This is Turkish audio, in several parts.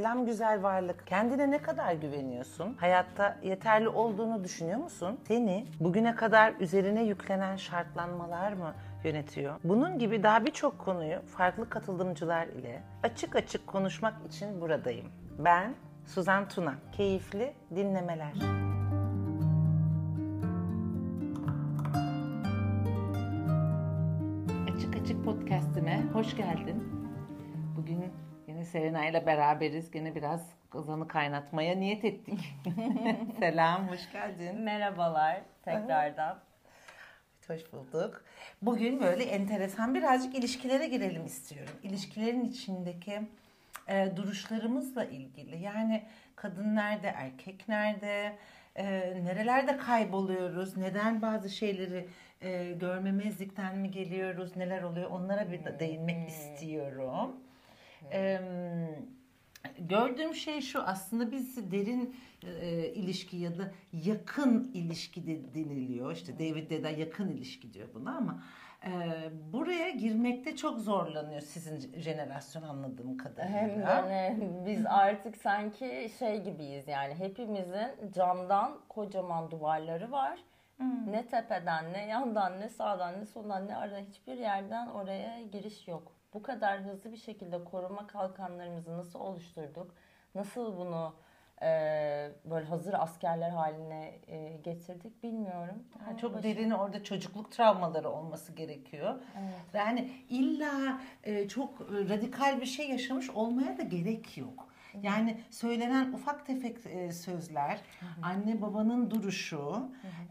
Selam güzel varlık. Kendine ne kadar güveniyorsun? Hayatta yeterli olduğunu düşünüyor musun? Seni bugüne kadar üzerine yüklenen şartlanmalar mı yönetiyor? Bunun gibi daha birçok konuyu farklı katılımcılar ile açık açık konuşmak için buradayım. Ben Suzan Tuna. Keyifli dinlemeler. Açık Açık Podcast'ime hoş geldin. Bugün yine Serena ile beraberiz. Gene biraz kazanı kaynatmaya niyet ettik. Selam, hoş geldin. Merhabalar tekrardan. Hoş bulduk. Bugün böyle enteresan birazcık ilişkilere girelim istiyorum. İlişkilerin içindeki duruşlarımızla ilgili. Yani kadın nerede, erkek nerede, nerelerde kayboluyoruz, neden bazı şeyleri görmemezlikten mi geliyoruz, neler oluyor onlara bir değinmek istiyorum. Gördüğüm şey şu, aslında biz derin ilişki ya da yakın ilişki deniliyor. İşte David Deda yakın ilişki diyor buna ama buraya girmekte çok zorlanıyor sizin jenerasyon anladığım kadarıyla. Yani biz artık sanki şey gibiyiz, yani hepimizin camdan kocaman duvarları var. Ne tepeden, ne yandan, ne sağdan, ne soldan, ne arada hiçbir yerden oraya giriş yok. Bu kadar hızlı bir şekilde koruma kalkanlarımızı nasıl oluşturduk? Nasıl bunu böyle hazır askerler haline getirdik bilmiyorum. Çok derin orada çocukluk travmaları olması gerekiyor. Evet. Yani illa çok radikal bir şey yaşamış olmaya da gerek yok. Yani söylenen ufak tefek sözler, anne babanın duruşu,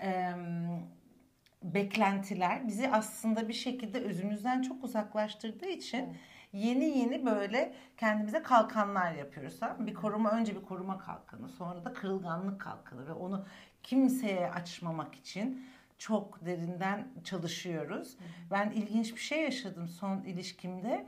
beklentiler bizi aslında bir şekilde özümüzden çok uzaklaştırdığı için yeni böyle kendimize kalkanlar yapıyoruz. Bir koruma, önce bir koruma kalkanı, sonra da kırılganlık kalkanı ve onu kimseye açmamak için çok derinden çalışıyoruz. Ben ilginç bir şey yaşadım son ilişkimde.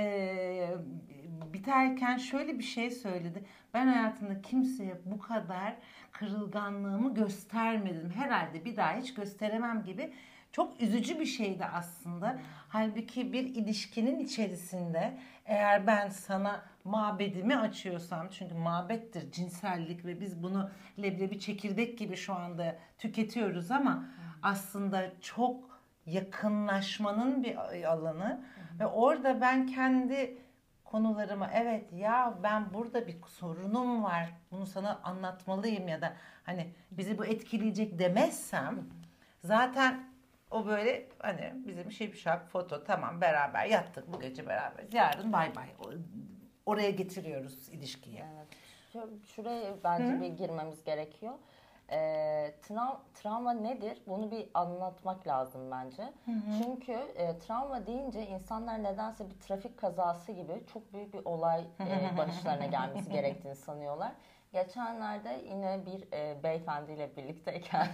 Biterken şöyle bir şey söyledi. Ben hayatımda kimseye bu kadar kırılganlığımı göstermedim. Herhalde bir daha hiç gösteremem gibi. Çok üzücü bir şeydi aslında. Halbuki bir ilişkinin içerisinde eğer ben sana mabedimi açıyorsam, çünkü mabettir cinsellik ve biz bunu leblebi çekirdek gibi şu anda tüketiyoruz ama aslında çok yakınlaşmanın bir alanı ve orada ben kendi konularıma evet ya ben burada bir sorunum var bunu sana anlatmalıyım ya da hani bizi bu etkileyecek demezsem zaten o böyle hani bizim şipşak foto tamam beraber yattık bu gece beraber yarın bay bay oraya getiriyoruz ilişkiyi. Evet. Şuraya bence bir girmemiz gerekiyor. Travma nedir? Bunu bir anlatmak lazım bence. Çünkü travma deyince insanlar nedense bir trafik kazası gibi çok büyük bir olay başlarına gelmesi gerektiğini sanıyorlar. Geçenlerde yine bir beyefendiyle birlikteyken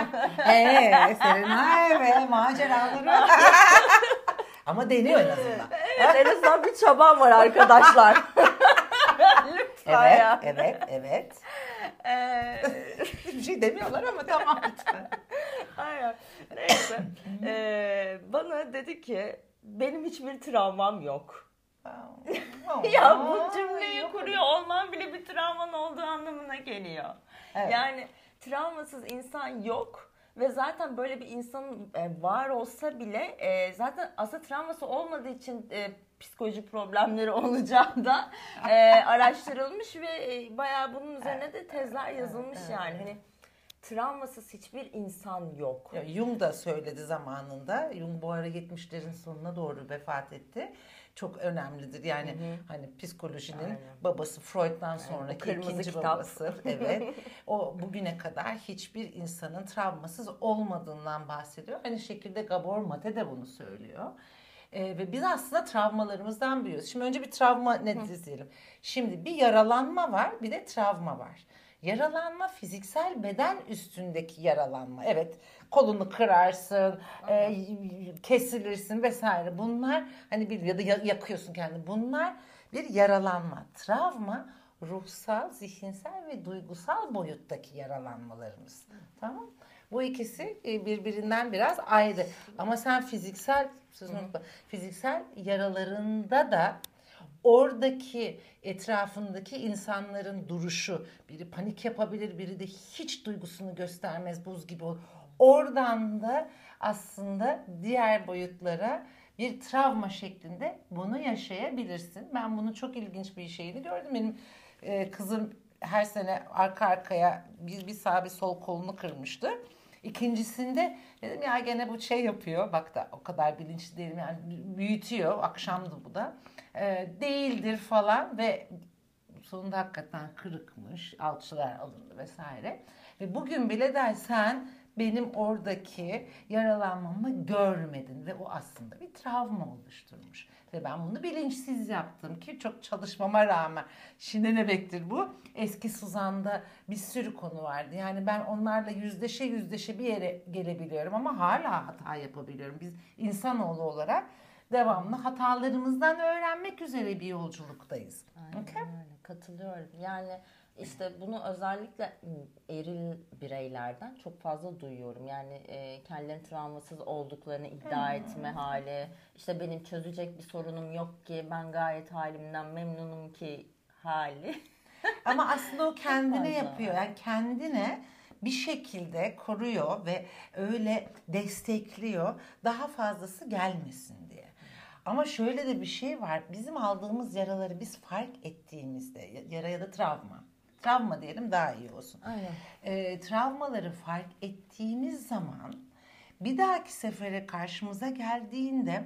Serena ve maceraları ama deniyor en azından. Evet, en azından bir çabam var arkadaşlar. Lütfen evet, ya. Evet. Bir şey demiyorlar ama tamam lütfen. Aynen. Neyse. Bana dedi ki benim hiçbir travmam yok. Ya bu cümleyi kuruyor olman bile bir travman olduğu anlamına geliyor. Evet. Yani travmasız insan yok. Ve zaten böyle bir insanın var olsa bile zaten aslında travması olmadığı için psikoloji problemleri olacağı da araştırılmış ve bayağı bunun üzerine de tezler yazılmış yani. Hani travmasız hiçbir insan yok. Ya, Jung da söyledi zamanında. Jung bu ara 70'lerin sonuna doğru vefat etti. Çok önemlidir. Yani hani psikolojinin babası Freud'dan sonraki ikinci kitap. Babası. Evet. O bugüne kadar hiçbir insanın travmasız olmadığından bahsediyor. Aynı şekilde Gabor Mate de bunu söylüyor. Ve biz aslında travmalarımızdan biliyoruz. Şimdi önce bir travma nedir diyelim. Şimdi bir yaralanma var, bir de travma var. Yaralanma fiziksel beden üstündeki yaralanma. Evet, kolunu kırarsın, kesilirsin vesaire. Bunlar hani bir ya da yakıyorsun kendini. Bunlar bir yaralanma. Travma ruhsal, zihinsel ve duygusal boyuttaki yaralanmalarımız. Tamam? Bu ikisi birbirinden biraz ayrı. Ama sen fiziksel yaralarında da oradaki etrafındaki insanların duruşu, biri panik yapabilir, biri de hiç duygusunu göstermez, buz gibi olur. Oradan da aslında diğer boyutlara bir travma şeklinde bunu yaşayabilirsin. Ben bunu çok ilginç bir şeyini gördüm. Benim kızım her sene arka arkaya bir sağ bir sol kolunu kırmıştı. İkincisinde dedim ya gene bu şey yapıyor. Bak da o kadar bilinçli değilim yani, büyütüyor. Akşamdı bu da. Değildir falan ve sonunda hakikaten kırıkmış. Alçılar alındı vesaire. Ve bugün bile dersen benim oradaki yaralanmamı görmedin ve o aslında bir travma oluşturmuş. Ve ben bunu bilinçsiz yaptım ki çok çalışmama rağmen. Şimdi ne bektir bu? Eski Suzan'da bir sürü konu vardı. Yani ben onlarla yüzdeşe bir yere gelebiliyorum ama hala hata yapabiliyorum. Biz insanoğlu olarak devamlı hatalarımızdan öğrenmek üzere bir yolculuktayız. Aynen öyle. Katılıyorum. Yani işte bunu özellikle eril bireylerden çok fazla duyuyorum. Yani kendilerinin travmasız olduklarını iddia etme hali. İşte benim çözecek bir sorunum yok ki, ben gayet halimden memnunum ki hali. Ama aslında o kendine yapıyor. Yani kendine bir şekilde koruyor ve öyle destekliyor. Daha fazlası gelmesin diye. Ama şöyle de bir şey var. Bizim aldığımız yaraları biz fark ettiğimizde, yara ya da travma. Travma diyelim daha iyi olsun. Aynen. Travmaları fark ettiğimiz zaman bir dahaki sefere karşımıza geldiğinde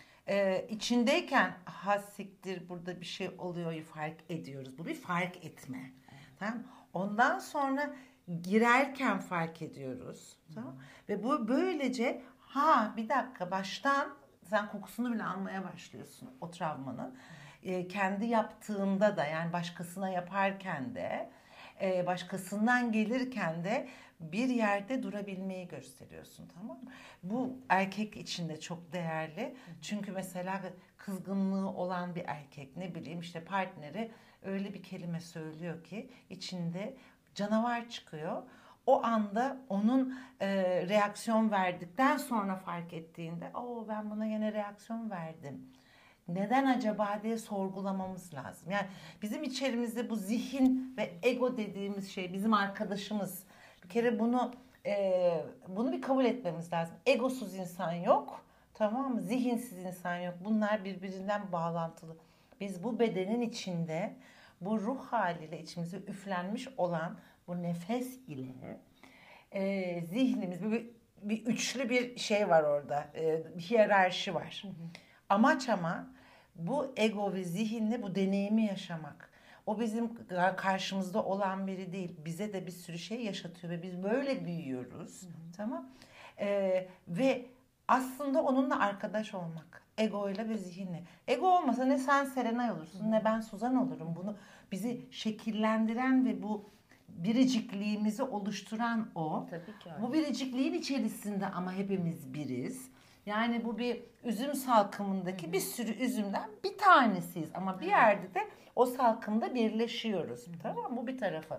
içindeyken ha siktir burada bir şey oluyor fark ediyoruz. Bu bir fark etme. Tamam? Ondan sonra girerken fark ediyoruz. Tamam? Ve bu böylece bir dakika baştan sen kokusunu bile almaya başlıyorsun o travmanın. Kendi yaptığında da yani başkasına yaparken de başkasından gelirken de bir yerde durabilmeyi gösteriyorsun, tamam mı? Bu erkek için de çok değerli. Çünkü mesela kızgınlığı olan bir erkek ne bileyim işte partneri öyle bir kelime söylüyor ki içinde canavar çıkıyor. O anda onun reaksiyon verdikten sonra fark ettiğinde ben buna yine reaksiyon verdim. Neden acaba diye sorgulamamız lazım. Yani bizim içerimizde bu zihin ve ego dediğimiz şey bizim arkadaşımız. Bir kere bunu bir kabul etmemiz lazım. Egosuz insan yok, tamam mı? Zihinsiz insan yok. Bunlar birbirinden bağlantılı. Biz bu bedenin içinde bu ruh haliyle içimize üflenmiş olan bu nefes ile zihnimiz bir üçlü bir şey var orada. Bir hiyerarşi var. Amaç ama bu ego ve zihinle bu deneyimi yaşamak. O bizim karşımızda olan biri değil. Bize de bir sürü şey yaşatıyor ve biz böyle büyüyoruz. Tamam. Ve aslında onunla arkadaş olmak. Egoyla ve zihinle. Ego olmasa ne sen Serenay olursun ne ben Suzan olurum. Bunu bizi şekillendiren ve bu biricikliğimizi oluşturan o. Tabii ki öyle. Bu biricikliğin içerisinde ama hepimiz biriz. Yani bu bir üzüm salkımındaki bir sürü üzümden bir tanesiyiz. Ama bir yerde de o salkımda birleşiyoruz. Tamam mı? Bu bir tarafı.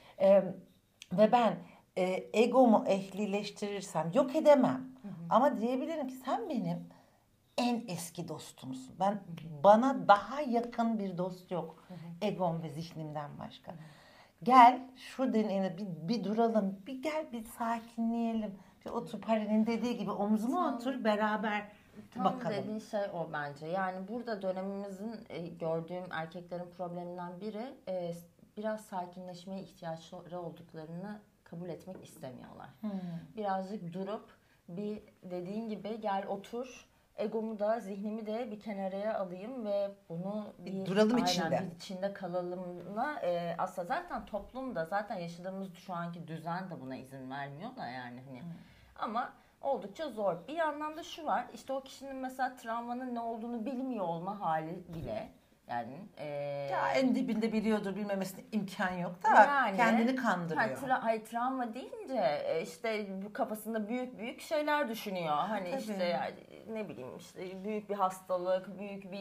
Ve ben egomu ehlileştirirsem yok edemem. Ama diyebilirim ki sen benim en eski dostumsun. Bana daha yakın bir dost yok. Egom ve zihnimden başka. Gel şu deneyine bir duralım. Bir gel bir sakinleyelim. Bir otur Pari'nin dediği gibi omzuma otur beraber bakalım. Tam dediğin şey o bence. Yani burada dönemimizin gördüğüm erkeklerin probleminden biri biraz sakinleşmeye ihtiyaçları olduklarını kabul etmek istemiyorlar. Birazcık durup bir dediğin gibi gel otur, egomu da zihnimi de bir kenaraya alayım ve bunu duralım içinde. Bir içinde kalalımla aslında zaten toplumda zaten yaşadığımız şu anki düzen de buna izin vermiyor da yani hani ama oldukça zor. Bir yandan da şu var işte o kişinin mesela travmanın ne olduğunu bilmiyor olma hali bile yani ya en dibinde biliyordur bilmemesine imkan yok da yani, kendini kandırıyor. Travma deyince işte bu kafasında büyük şeyler düşünüyor. Hani tabii. işte yani, ne bileyim işte büyük bir hastalık, büyük bir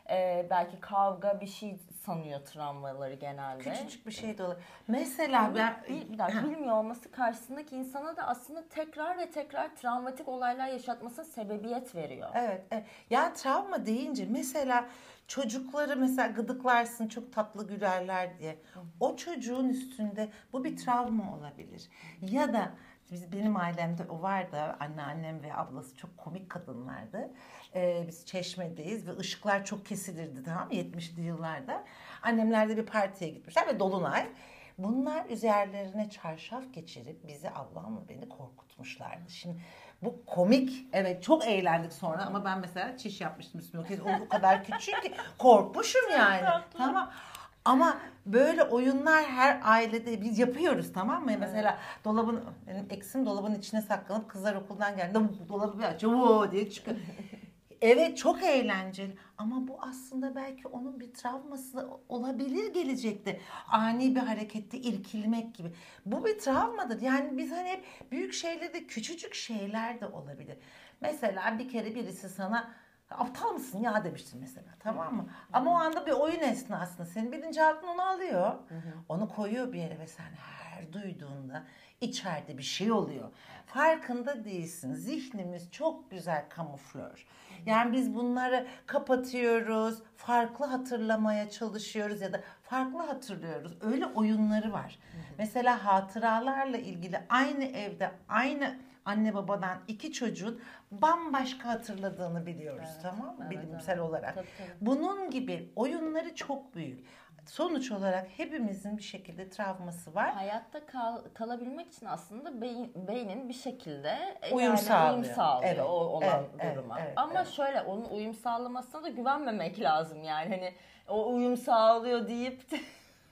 belki kavga bir şey sanıyor travmaları genelde. Küçücük bir şey de olur. Mesela bir dakika, bilmiyor olması karşısındaki insana da aslında tekrar ve tekrar travmatik olaylar yaşatmasına sebebiyet veriyor. Evet, evet. Ya travma deyince mesela çocukları mesela gıdıklarsın çok tatlı gülerler diye. O çocuğun üstünde bu bir travma olabilir. Ya da benim ailemde o vardı. Anneannem ve ablası çok komik kadınlardı. Biz Çeşme'deyiz ve ışıklar çok kesilirdi, tamam mı? 70'li yıllarda. Annemler de bir partiye gitmişler ve dolunay. Bunlar üzerlerine çarşaf geçirip bizi, ablamla beni korkutmuşlardı. Şimdi bu komik. Evet, çok eğlendik sonra ama ben mesela çiş yapmıştım üstüme. O kadar küçük ki korkmuşum yani. Tamam. Ama böyle oyunlar her ailede biz yapıyoruz, tamam mı? Mesela benim eksim dolabın içine saklanıp kızlar okuldan geldi. Dolabı bir açıyor diye çıkıyor. Evet, çok eğlenceli ama bu aslında belki onun bir travması olabilir gelecekte. Ani bir harekette irkilmek gibi. Bu bir travmadır. Yani biz hani hep büyük şeylerde küçücük şeyler de olabilir. Mesela bir kere birisi sana aptal mısın ya demiştir mesela, tamam mı? Ama o anda bir oyun esnasında senin bilinçaltın onu alıyor. Onu koyuyor bir yere ve sen her duyduğunda içeride bir şey oluyor. Farkında değilsin. Zihnimiz çok güzel kamuflör. Yani biz bunları kapatıyoruz, farklı hatırlamaya çalışıyoruz ya da farklı hatırlıyoruz. Öyle oyunları var. Mesela hatıralarla ilgili aynı evde, aynı anne babadan iki çocuğun bambaşka hatırladığını biliyoruz, tamam mı? Bilimsel olarak. Tabii. Bunun gibi oyunları çok büyük. Sonuç olarak hepimizin bir şekilde travması var. Hayatta kalabilmek için aslında beynin bir şekilde Uyum sağlıyor. Uyum sağlıyor Evet, o olan evet, duruma. evet, Ama evet. şöyle, onun uyum sağlamasına da güvenmemek lazım yani. Hani o uyum sağlıyor deyip de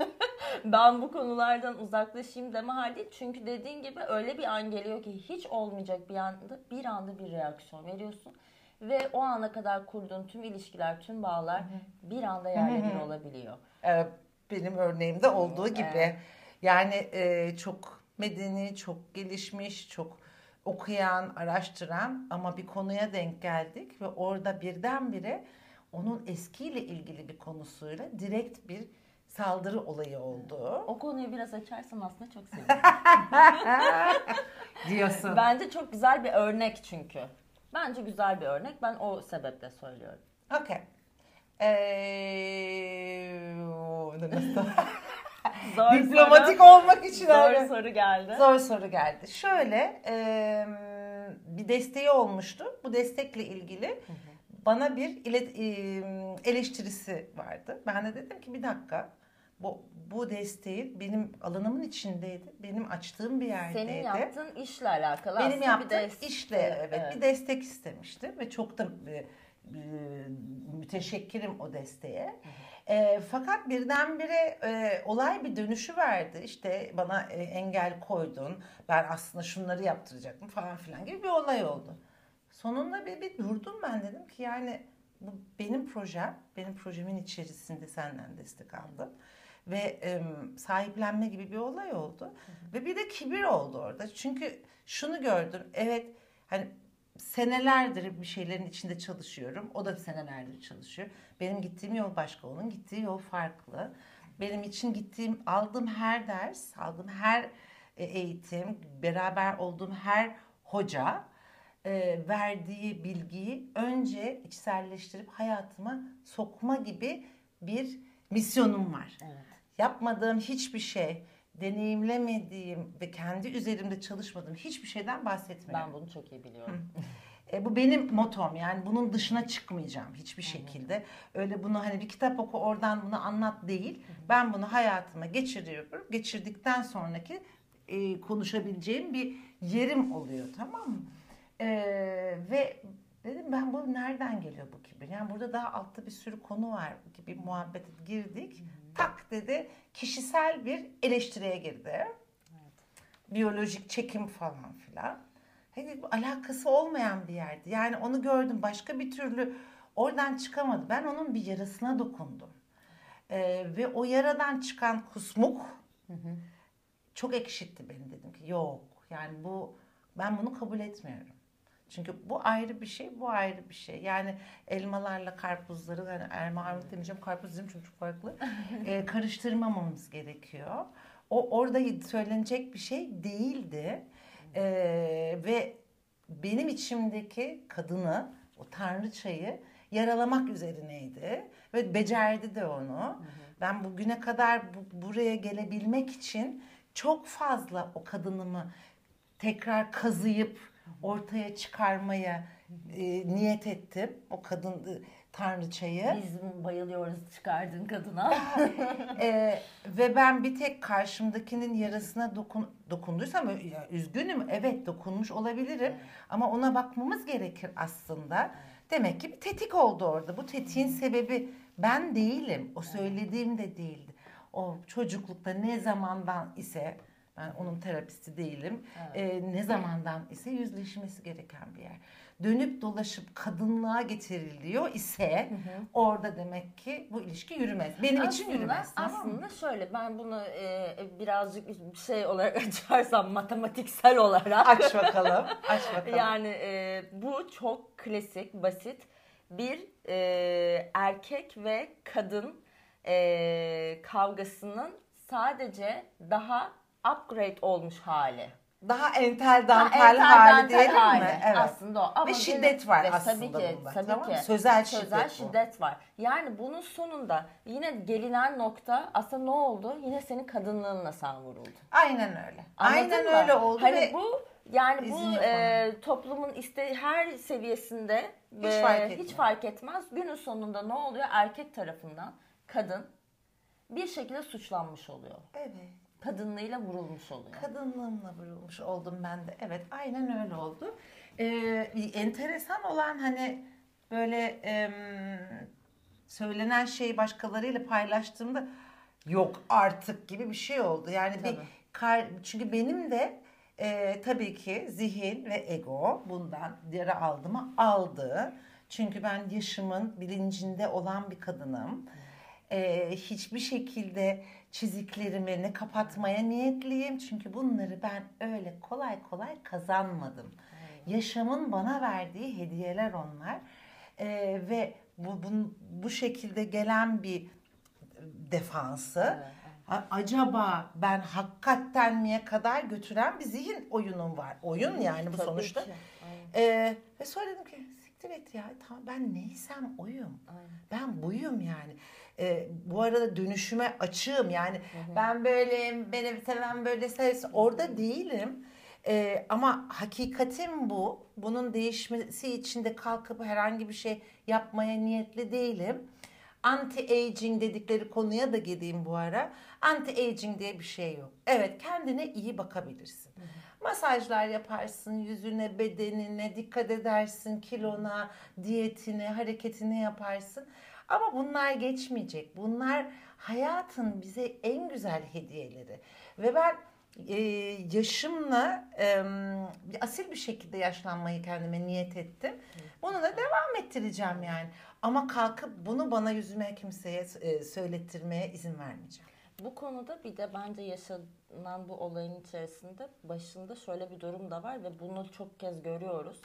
ben bu konulardan uzaklaşayım deme hal değil. Çünkü dediğin gibi öyle bir an geliyor ki hiç olmayacak bir anda bir reaksiyon veriyorsun. Ve o ana kadar kurduğun tüm ilişkiler, tüm bağlar bir anda yerle bir olabiliyor. Benim örneğimde olduğu gibi. Evet. Yani çok medeni, çok gelişmiş, çok okuyan, araştıran ama bir konuya denk geldik ve orada birdenbire onun eskiyle ilgili bir konusuyla direkt bir saldırı olayı oldu. O konuyu biraz açarsan aslında çok sevinirim. Diyorsun. Bence çok güzel bir örnek çünkü. Bence güzel bir örnek. Ben o sebeple söylüyorum. Okay. Zor Diplomatik soru, olmak için zor soru geldi. Zor soru geldi. Şöyle bir desteği olmuştu. Bu destekle ilgili bana bir eleştirisi vardı. Ben de dedim ki bir dakika, bu desteği benim alanımın içindeydi. Benim açtığım bir yerdeydi. Senin yaptığın işle alakalı Benim aslında yaptığım işle bir destek istemişti ve çok da müteşekkirim o desteğe. Fakat birdenbire olay bir dönüşü verdi. İşte bana engel koydun. Ben aslında şunları yaptıracaktım falan filan gibi bir olay oldu. Sonunda bir durdum, ben dedim ki yani bu benim projem. Benim projemin içerisinde senden destek aldım. Ve sahiplenme gibi bir olay oldu. Ve bir de kibir oldu orada. Çünkü şunu gördüm. Evet, hani senelerdir bir şeylerin içinde çalışıyorum. O da senelerdir çalışıyor. Benim gittiğim yol başka, onun gittiği yol farklı. Benim için aldığım her ders, aldığım her eğitim, beraber olduğum her hoca verdiği bilgiyi önce içselleştirip hayatıma sokma gibi bir misyonum var. Evet. Yapmadığım hiçbir şey, deneyimlemediğim ve kendi üzerimde çalışmadığım hiçbir şeyden bahsetmiyorum. Ben bunu çok iyi biliyorum. Bu benim motom, yani bunun dışına çıkmayacağım hiçbir şekilde. Öyle bunu hani bir kitap oku oradan bunu anlat değil. Ben bunu hayatıma geçiriyorum. Geçirdikten sonraki konuşabileceğim bir yerim oluyor, tamam mı? Ve dedim ben bu nereden geliyor bu kibir? Yani burada daha altta bir sürü konu var gibi muhabbete girdik. Tak dedi, kişisel bir eleştiriye girdi. Evet. Biyolojik çekim falan filan. Hani alakası olmayan bir yerdi. Yani onu gördüm, başka bir türlü oradan çıkamadı. Ben onun bir yarasına dokundum. Ve o yaradan çıkan kusmuk çok ekşitti beni, dedim ki yok. Yani ben bunu kabul etmiyorum. Çünkü bu ayrı bir şey, bu ayrı bir şey. Yani elmalarla karpuzları, yani elma armut demeyeceğim, karpuz diyeceğim çünkü çok farklı. Karıştırmamamız gerekiyor. O orada söylenecek bir şey değildi. Ve benim içimdeki kadını, o tanrıçayı yaralamak üzerineydi. Ve becerdi de onu. Ben bugüne kadar buraya gelebilmek için çok fazla o kadınımı tekrar kazıyıp ortaya çıkarmaya niyet ettim. O kadın tanrıçayı. Biz bayılıyoruz çıkardığın kadına. Ve ben bir tek karşımdakinin yarasına dokunduysam üzgünüm. Evet, dokunmuş olabilirim. Ama ona bakmamız gerekir aslında. Demek ki bir tetik oldu orada. Bu tetiğin sebebi ben değilim. O söylediğim de değildi. O çocuklukta ne zamandan ise, ben onun terapisti değilim. Ne zamandan ise yüzleşmesi gereken bir yer. Dönüp dolaşıp kadınlığa getiriliyor ise orada demek ki bu ilişki yürümez. Benim için yürümez. Aslında şöyle, ben bunu birazcık şey olarak açarsam, matematiksel olarak. Aç bakalım. Aç bakalım. Yani bu çok klasik, basit bir erkek ve kadın kavgasının sadece daha upgrade olmuş hali. Daha entel dantel hali diyelim mi? Evet. Aslında o. Ama ve şiddet var ve aslında tabii bunda. Tabii tamam ki. Sözel şiddet var. Yani bunun sonunda yine gelinen nokta aslında ne oldu? Yine senin kadınlığınla sen vuruldun. Aynen öyle. Anladın Aynen mı? öyle oldu hani ve bu toplumun her seviyesinde hiç fark etmez. Günün sonunda ne oluyor? Erkek tarafından kadın bir şekilde suçlanmış oluyor. Evet. Kadınlığıyla vurulmuş oluyor. Kadınlığımla vurulmuş oldum ben de. Evet, aynen öyle oldu. Enteresan olan hani böyle söylenen şeyi başkalarıyla paylaştığımda yok artık gibi bir şey oldu. Yani çünkü benim de tabii ki zihin ve ego bundan yara aldı mı? Aldı. Çünkü ben yaşımın bilincinde olan bir kadınım. Hiçbir şekilde çiziklerimi ne kapatmaya niyetliyim. Çünkü bunları ben öyle kolay kolay kazanmadım. Yaşamın bana verdiği hediyeler onlar. Ve bu şekilde gelen bir defansı acaba ben hakikaten miye kadar götüren bir zihin oyunum var. Oyun yani bu sonuçta. Ve sonra dedim ki siktir et ya, tamam, ben neysem oyum. Ben buyum yani. Bu arada dönüşüme açığım yani. Ben böyleyim, beni seven böyle sevsin. Orada değilim. Ama hakikatim bu. Bunun değişmesi için de kalkıp herhangi bir şey yapmaya niyetli değilim. Anti-aging dedikleri konuya da gideyim bu ara. Anti-aging diye bir şey yok. Evet, kendine iyi bakabilirsin. Masajlar yaparsın, yüzüne, bedenine dikkat edersin, kilona, diyetine, hareketine yaparsın. Ama bunlar geçmeyecek. Bunlar hayatın bize en güzel hediyeleri. Ve ben yaşımla asil bir şekilde yaşlanmayı kendime niyet ettim. Bunu da devam ettireceğim yani. Ama kalkıp bunu bana yüzüme kimseye söylettirmeye izin vermeyeceğim. Bu konuda bir de bence yaşanan bu olayın içerisinde başında şöyle bir durum da var ve bunu çok kez görüyoruz.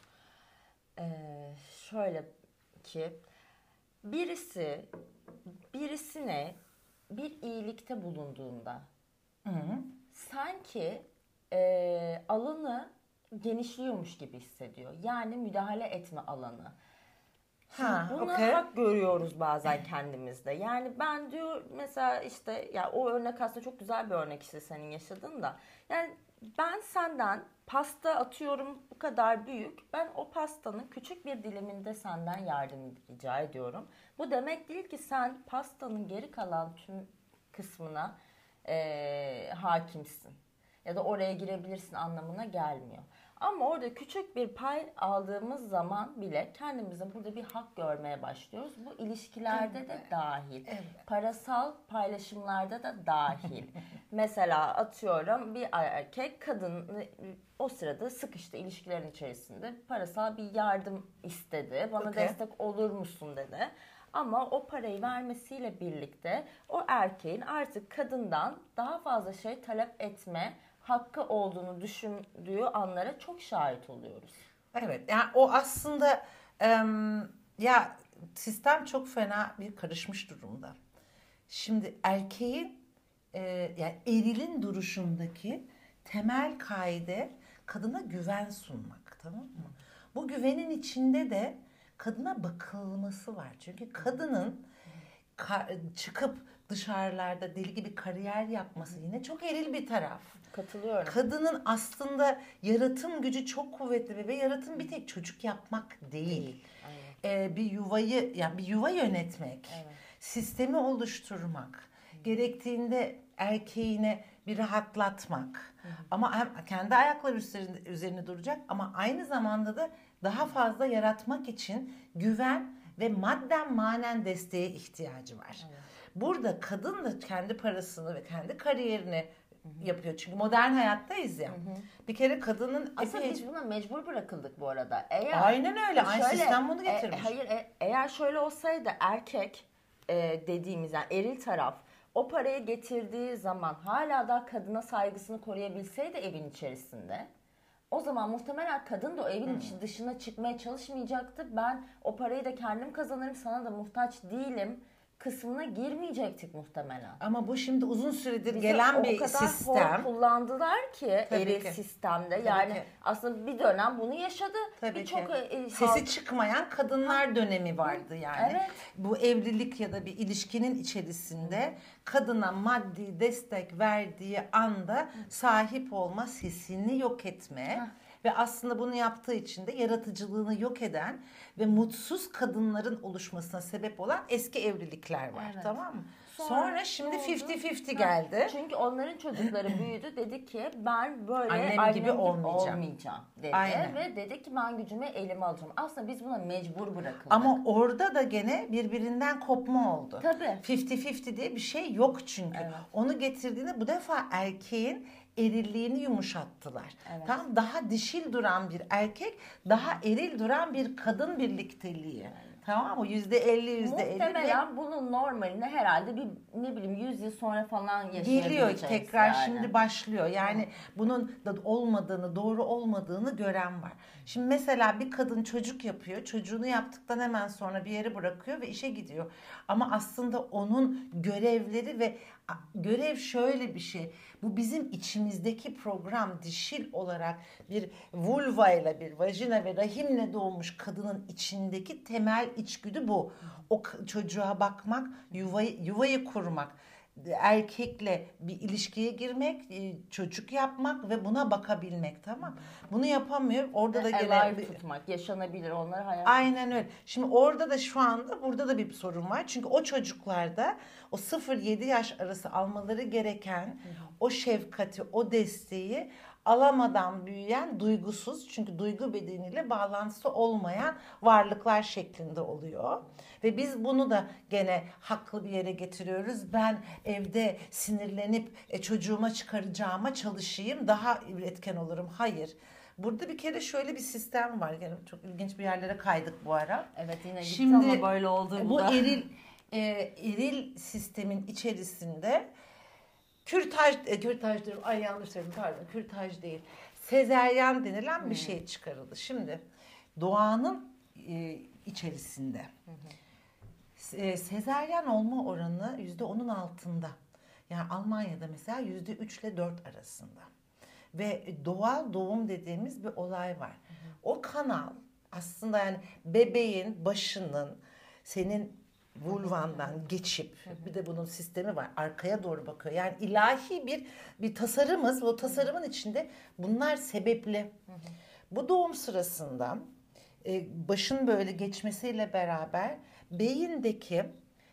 Şöyle ki birisine bir iyilikte bulunduğunda sanki alanı genişliyormuş gibi hissediyor. Yani müdahale etme alanı. Buna hak görüyoruz bazen kendimizde. Yani ben diyor mesela işte ya o örnek aslında çok güzel bir örnek işte senin yaşadığın da. Yani ben senden pasta atıyorum bu kadar büyük. Ben o pastanın küçük bir diliminde senden yardım rica ediyorum. Bu demek değil ki sen pastanın geri kalan tüm kısmına hakimsin. Ya da oraya girebilirsin anlamına gelmiyor. Ama orada küçük bir pay aldığımız zaman bile kendimizin burada bir hak görmeye başlıyoruz. Bu ilişkilerde de dahil. Evet. Parasal paylaşımlarda da dahil. Mesela atıyorum bir erkek kadın o sırada sıkıştı ilişkilerin içerisinde. Parasal bir yardım istedi. Bana destek olur musun dedi. Ama o parayı vermesiyle birlikte o erkeğin artık kadından daha fazla şey talep etme hakkı olduğunu düşündüğü anlara çok şahit oluyoruz. Evet, yani o aslında ya sistem çok fena bir karışmış durumda. Şimdi erkeğin yani erilin duruşundaki temel kaide kadına güven sunmak, tamam mı? Bu güvenin içinde de kadına bakılması var. Çünkü kadının çıkıp dışarılarda deli gibi kariyer yapması yine çok eril bir taraf. Katılıyorum. Kadının aslında yaratım gücü çok kuvvetli ve yaratım bir tek çocuk yapmak değil. Bir yuvayı, yani bir yuva yönetmek, sistemi oluşturmak, gerektiğinde erkeğine bir rahatlatmak. Ama hem kendi ayakları üzerine duracak ama aynı zamanda da daha fazla yaratmak için güven ve madden manen desteğe ihtiyacı var. Burada kadın da kendi parasını ve kendi kariyerini yapıyor. Çünkü modern hayattayız ya. Bir kere kadının aslında biz buna mecbur bırakıldık bu arada. Aynen öyle. Aynı sistem bunu getirmiş. Eğer şöyle olsaydı erkek dediğimiz yani eril taraf o parayı getirdiği zaman hala da kadına saygısını koruyabilseydi evin içerisinde, o zaman muhtemelen kadın da o evin dışına çıkmaya çalışmayacaktı. Ben o parayı da kendim kazanırım, sana da muhtaç değilim kısmına girmeyecektik muhtemelen. Ama bu şimdi uzun süredir gelen bir sistem. O kadar kullandılar ki eril sistemde. Yani aslında bir dönem bunu yaşadı. Birçok sesi çıkmayan kadınlar dönemi vardı yani. Evet. Bu evlilik ya da bir ilişkinin içerisinde kadına maddi destek verdiği anda sahip olma, sesini yok etme. Ve aslında bunu yaptığı için de yaratıcılığını yok eden ve mutsuz kadınların oluşmasına sebep olan eski evlilikler var. Tamam mı? Sonra şimdi 50-50 geldi. Çünkü onların çocukları büyüdü. Dedi ki ben böyle annem gibi olmayacağım dedi. Aynen. Ve dedi ki ben gücümü elime alacağım. Aslında biz buna mecbur bırakıldık. Ama orada da gene birbirinden kopma oldu. Tabii. 50-50 diye bir şey yok çünkü. Onu getirdiğinde bu defa erkeğin erilliğini yumuşattılar. Tamam, daha dişil duran bir erkek, daha eril duran bir kadın birlikteliği. Tamam mı? %50. Muhtemelen bunun normalinde herhalde bir 100 yıl sonra falan yaşayabileceğiz. Geliyor tekrar şimdi başlıyor. Yani bunun da olmadığını, doğru olmadığını gören var. Şimdi mesela bir kadın çocuk yapıyor. Çocuğunu yaptıktan hemen sonra bir yere bırakıyor ve işe gidiyor. Ama aslında onun görevleri ve görev şöyle bir şey. Bu bizim içimizdeki program, dişil olarak bir vulva ile, bir vajina ve rahimle doğmuş kadının içindeki temel içgüdü bu. O çocuğa bakmak, yuvayı kurmak, erkekle bir ilişkiye girmek, çocuk yapmak ve buna bakabilmek, tamam. Bunu yapamıyor. Orada da gene tutmak, yaşanabilir onlara hayat. Aynen öyle. Şimdi orada da şu anda burada da bir sorun var. Çünkü o çocuklarda o 0-7 yaş arası almaları gereken o şefkati, o desteği alamadan büyüyen duygusuz, çünkü duygu bedeniyle bağlantısı olmayan varlıklar şeklinde oluyor. Ve biz bunu da gene haklı bir yere getiriyoruz. Ben evde sinirlenip çocuğuma çıkaracağıma çalışayım, daha üretken olurum. Hayır. Burada bir kere şöyle bir sistem var. Yani çok ilginç bir yerlere kaydık bu ara. Evet, yine gitti ama böyle oldu. Bu eril sistemin içerisinde kürtaj diyorum. Ay yanlış söyledim, pardon. Kürtaj değil. Sezeryan denilen bir şey çıkarıldı. Şimdi doğanın içerisinde sezeryan olma oranı %10'un altında. Yani Almanya'da mesela %3 ile 4 arasında. Ve doğal doğum dediğimiz bir olay var. O kanal aslında yani bebeğin başının senin vulvandan geçip, bir de bunun sistemi var, arkaya doğru bakıyor. Yani ilahi bir tasarımız, o tasarımın içinde bunlar sebepli. Bu doğum sırasında başın böyle geçmesiyle beraber beyindeki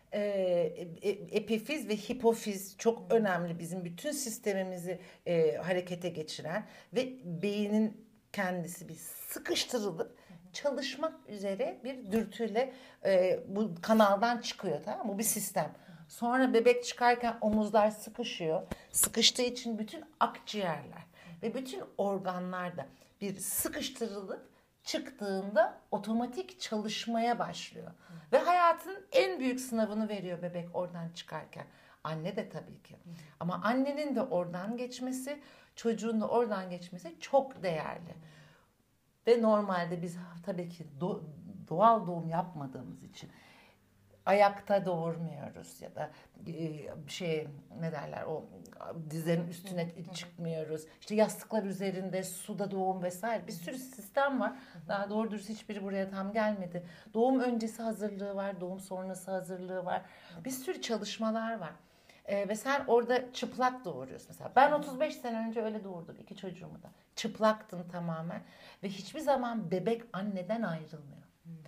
epifiz ve hipofiz çok önemli, bizim bütün sistemimizi harekete geçiren ve beynin kendisi bir sıkıştırılıp çalışmak üzere bir dürtüyle bu kanaldan çıkıyor, tamam mı? Bu bir sistem. Sonra bebek çıkarken omuzlar sıkışıyor. Sıkıştığı için bütün akciğerler ve bütün organlar da bir sıkıştırılıp çıktığında otomatik çalışmaya başlıyor. Ve hayatın en büyük sınavını veriyor bebek oradan çıkarken. Anne de tabii ki. Ama annenin de oradan geçmesi, çocuğun da oradan geçmesi çok değerli. Ve normalde biz tabii ki doğal doğum yapmadığımız için ayakta doğurmuyoruz ya da ne derler, o dizlerin üstüne çıkmıyoruz. İşte yastıklar üzerinde, suda doğum vesaire, bir sürü sistem var. Daha doğru dürüst hiçbiri buraya tam gelmedi. Doğum öncesi hazırlığı var, doğum sonrası hazırlığı var. Bir sürü çalışmalar var. Ve sen orada çıplak doğuruyorsun mesela. Ben 35 sene önce öyle doğurdum 2 çocuğumu da. Çıplaktım tamamen ve hiçbir zaman bebek anneden ayrılmıyor.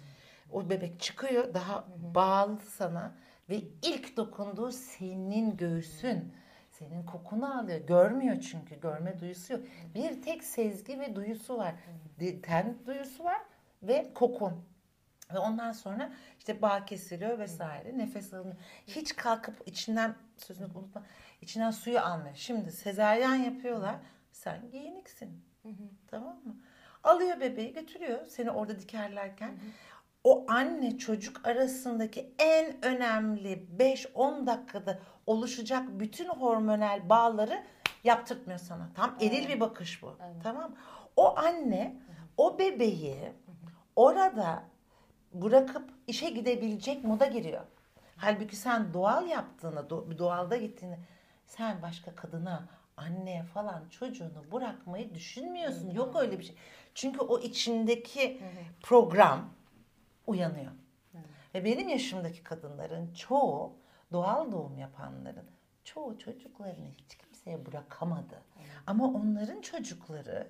O bebek çıkıyor, daha bağlı sana ve ilk dokunduğu senin göğsün. Senin kokunu alıyor. Görmüyor çünkü. Görme duyusu yok. Bir tek sezgi ve duyusu var. Ten duyusu var ve kokun. Ve ondan sonra işte bağ kesiliyor vesaire. Nefes alınıyor. Hiç kalkıp içinden, sözünü unutma, içinden suyu almıyor. Şimdi sezaryen yapıyorlar. Sen giyiniksin. Tamam mı? Alıyor bebeği, götürüyor. Seni orada dikerlerken. O anne çocuk arasındaki en önemli 5-10 dakikada oluşacak bütün hormonal bağları yaptırtmıyor sana. Tam eril bir bakış bu. Evet. Tamam. O anne o bebeği orada bırakıp işe gidebilecek moda giriyor. Halbuki sen doğal yaptığında, doğalda gittiğinde sen başka kadına, anneye falan çocuğunu bırakmayı düşünmüyorsun. Yok öyle bir şey. Çünkü o içindeki program uyanıyor. Ve benim yaşımdaki kadınların çoğu, doğal doğum yapanların çoğu çocuklarını hiç kimseye bırakamadı. Ama onların çocukları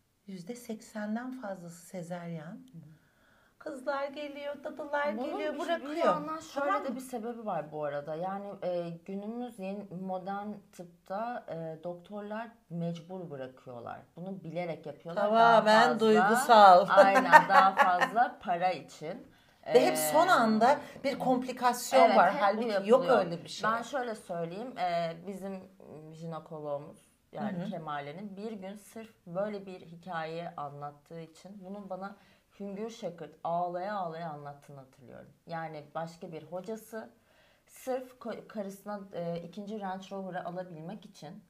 %80'den fazlası sezaryen. Kızlar geliyor, dadılar geliyor, bırakıyor. Bir yandan şöyle de bir sebebi var bu arada. Yani günümüz yeni modern tıpta doktorlar mecbur bırakıyorlar. Bunu bilerek yapıyorlar. Tamamen duygusal. Aynen, daha fazla para için. Ve hep son anda bir komplikasyon var. Halbuki yok öyle bir şey. Ben şöyle söyleyeyim. Bizim jinekoloğumuz yani Kemale'nin bir gün sırf böyle bir hikayeyi anlattığı için bunu bana hüngür şakırt ağlaya ağlaya anlattığını hatırlıyorum. Yani başka bir hocası sırf karısına ikinci Range Rover'ı alabilmek için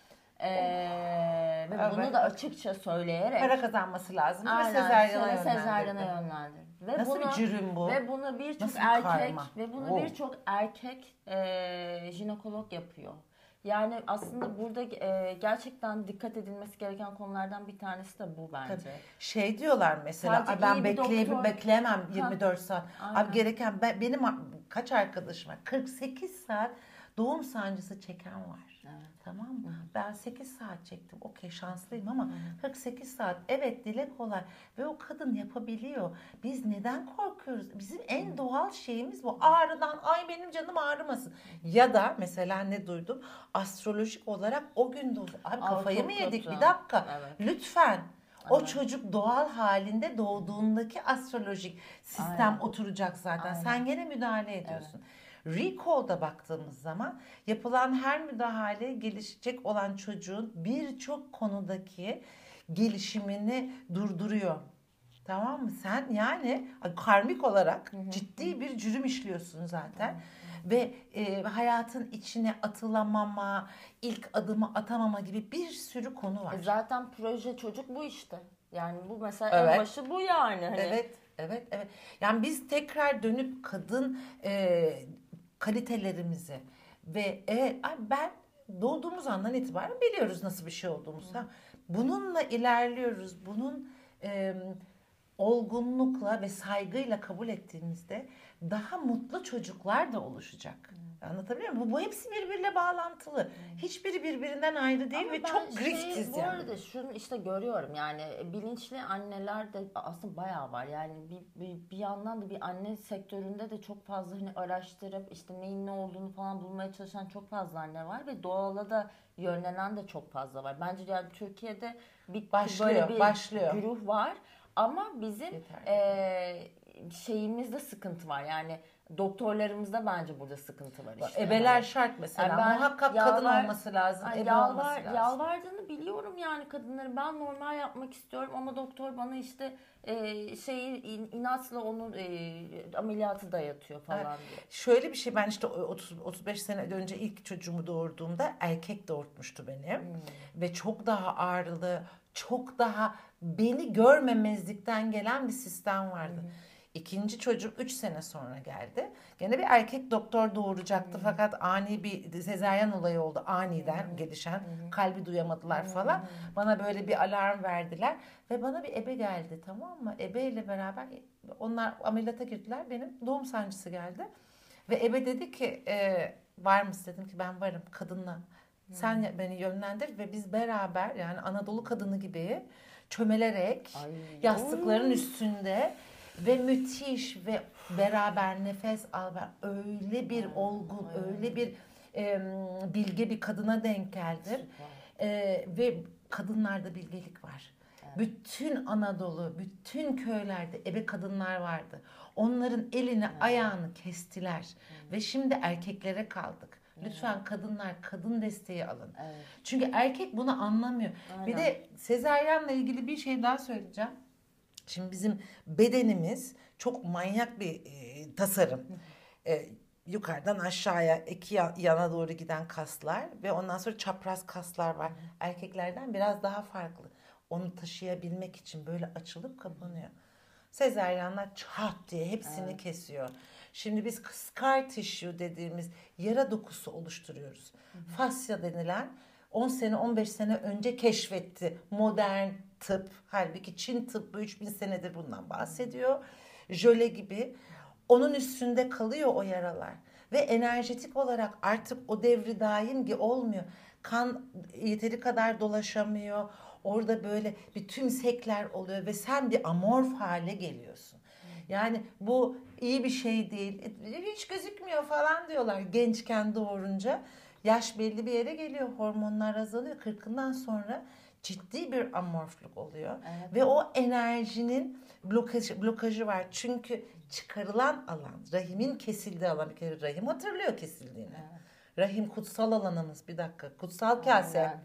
ve bunu da açıkça söyleyerek para kazanması lazım ve sezaryana yönlendirdi. Ve nasıl bir cürüm bu? Ve bunu birçok erkek jinekolog yapıyor. Yani aslında burada gerçekten dikkat edilmesi gereken konulardan bir tanesi de bu bence. Tabii. Şey diyorlar mesela, ben bekleyemem 24 saat. Abi gereken, benim kaç arkadaşım var? 48 saat doğum sancısı çeken var. Evet. Tamam mı? Ben 8 saat çektim. Okey, şanslıyım ama 48 saat. Evet, dile kolay. Ve o kadın yapabiliyor. Biz neden korkuyoruz? Bizim en doğal şeyimiz bu. Ağrıdan, ay benim canım ağrımasın. Ya da mesela ne duydum? Astrolojik olarak o gün doğdu. Abi kafayı mı yedik? Bir dakika. Evet. Lütfen. O çocuk doğal halinde doğduğundaki astrolojik sistem oturacak zaten. Sen gene müdahale ediyorsun. Evet. Recall'da baktığımız zaman yapılan her müdahale gelişecek olan çocuğun birçok konudaki gelişimini durduruyor. Tamam mı? Sen yani karmik olarak ciddi bir cürüm işliyorsun zaten. Ve hayatın içine atılamama, ilk adımı atamama gibi bir sürü konu var. Zaten proje çocuk bu işte. Yani bu mesela en başı bu yani. Hani. Evet. Yani biz tekrar dönüp kadın kalitelerimizi ve ben doğduğumuz andan itibaren biliyoruz nasıl bir şey olduğumuzu. Bununla ilerliyoruz. Bunun olgunlukla ve saygıyla kabul ettiğimizde daha mutlu çocuklar da oluşacak. Anlatabiliyor muyum? Bu hepsi birbiriyle bağlantılı. Hiçbiri birbirinden ayrı değil. Ama ve çok griftiz yani. Bu arada şunu işte görüyorum, yani bilinçli anneler de aslında bayağı var. Yani bir yandan da bir anne sektöründe de çok fazla hani araştırıp işte neyin ne olduğunu falan bulmaya çalışan çok fazla anne var ve doğala da yönlenen de çok fazla var. Bence yani Türkiye'de böyle bir güruh var. Ama bizim şeyimizde sıkıntı var. Yani doktorlarımızda bence burada sıkıntı var işte. Ebeler şart mesela. Yani muhakkak kadın olması lazım. Olması lazım. Yalvardığını biliyorum yani kadınları. Ben normal yapmak istiyorum ama doktor bana işte inatla onun ameliyatı dayatıyor falan diye. Şöyle bir şey, ben işte 35 sene önce ilk çocuğumu doğurduğumda erkek doğurtmuştu benim. Ve çok daha ağrılı, çok daha beni görmemezlikten gelen bir sistem vardı. İkinci çocuk 3 sene sonra geldi. Gene bir erkek doktor doğuracaktı fakat ani bir sezaryen olayı oldu. Aniden gelişen, kalbi duyamadılar falan. Bana böyle bir alarm verdiler ve bana bir ebe geldi, tamam mı? Ebe ile beraber onlar ameliyata girdiler. Benim doğum sancısı geldi. Ve ebe dedi ki var mısın? Dedim ki ben varım kadınla. Sen beni yönlendir ve biz beraber, yani Anadolu kadını gibi çömelerek yastıkların üstünde ve müthiş ve beraber nefes al, öyle bir olgun, öyle bir bilge bir kadına denk geldim. Ve kadınlarda bilgelik var. Bütün Anadolu, bütün köylerde ebe kadınlar vardı. Onların elini, ayağını kestiler. Ve şimdi erkeklere kaldık. Lütfen kadınlar kadın desteği alın. Çünkü erkek bunu anlamıyor. Bir de sezaryenle ilgili bir şey daha söyleyeceğim. Şimdi bizim bedenimiz çok manyak bir tasarım. Yukarıdan aşağıya iki yana doğru giden kaslar ve ondan sonra çapraz kaslar var. Erkeklerden biraz daha farklı. Onu taşıyabilmek için böyle açılıp kapanıyor. Sezaryenler çat diye hepsini kesiyor. Şimdi biz scar tissue dediğimiz yara dokusu oluşturuyoruz. Fasya denilen 10 sene 15 sene önce keşfetti modern tıp. Halbuki Çin tıbbı 3000 senedir bundan bahsediyor. Jöle gibi. Onun üstünde kalıyor o yaralar. Ve enerjetik olarak artık o devri daim ki olmuyor. Kan yeteri kadar dolaşamıyor. Orada böyle bir tümsekler oluyor ve sen bir amorf hale geliyorsun. Yani bu iyi bir şey değil. Hiç gözükmüyor falan diyorlar gençken doğurunca. Yaş belli bir yere geliyor. Hormonlar azalıyor. 40'ından sonra ciddi bir amorfluk oluyor. Ve o enerjinin blokajı var. Çünkü çıkarılan alan, rahimin kesildiği alan, bir kere rahim hatırlıyor kesildiğini. Rahim kutsal alanımız, bir dakika. Kutsal kase.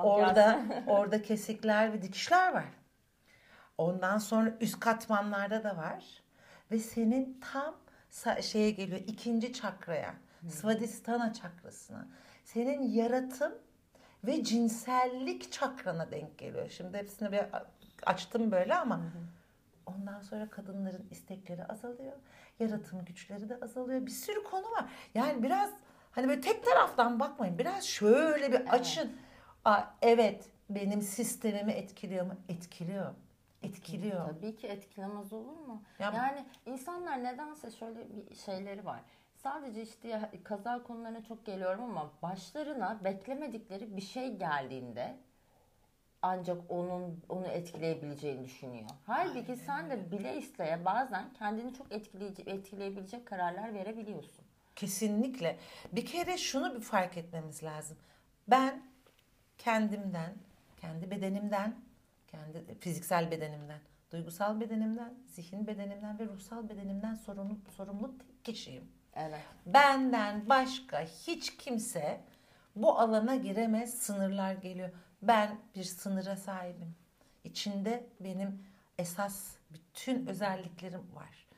Orada kesikler ve dikişler var. Ondan sonra üst katmanlarda da var. Ve senin tam şeye geliyor, ikinci çakraya, Svadhisthana çakrasına. Senin yaratım ve cinsellik çakrana denk geliyor. Şimdi hepsini bir açtım böyle ama ondan sonra kadınların istekleri azalıyor. Yaratım güçleri de azalıyor. Bir sürü konu var. Yani biraz hani böyle tek taraftan bakmayın. Biraz şöyle bir açın. Evet, benim sistemimi etkiliyor mu? Etkiliyor. Tabii ki etkilemez olur mu? Yani insanlar nedense şöyle bir şeyleri var. Sadece işte kaza konularına çok geliyorum ama başlarına beklemedikleri bir şey geldiğinde ancak onu etkileyebileceğini düşünüyor. Halbuki sen de bile isteye bazen kendini çok etkileyebilecek kararlar verebiliyorsun. Kesinlikle. Bir kere şunu bir fark etmemiz lazım. Ben kendimden, kendi bedenimden, kendi fiziksel bedenimden, duygusal bedenimden, zihin bedenimden ve ruhsal bedenimden sorumlu tek kişiyim. Evet. Benden başka hiç kimse bu alana giremez, sınırlar geliyor. Ben bir sınıra sahibim. İçinde benim esas bütün özelliklerim var.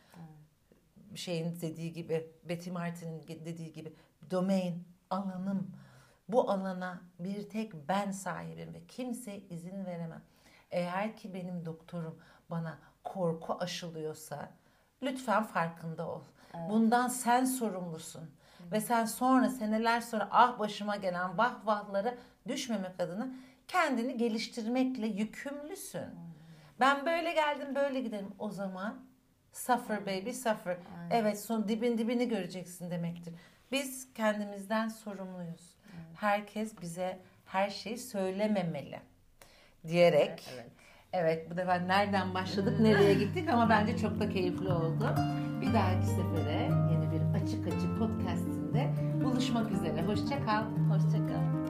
Şeyin dediği gibi, Betty Martin'in dediği gibi domain, alanım. Bu alana bir tek ben sahibim ve kimseye izin veremem. Eğer ki benim doktorum bana korku aşılıyorsa lütfen farkında ol. Bundan sen sorumlusun. Ve sen sonra seneler sonra başıma gelen vahlara düşmemek adına kendini geliştirmekle yükümlüsün. Ben böyle geldim böyle giderim. O zaman suffer baby suffer. Evet, son dibini göreceksin demektir. Biz kendimizden sorumluyuz. Herkes bize her şeyi söylememeli diyerek. Evet, bu defa nereden başladık, nereye gittik ama bence çok da keyifli oldu. Bir dahaki sefere yeni bir Açık Açık podcast'inde buluşmak üzere. Hoşça kal. Hoşça kal.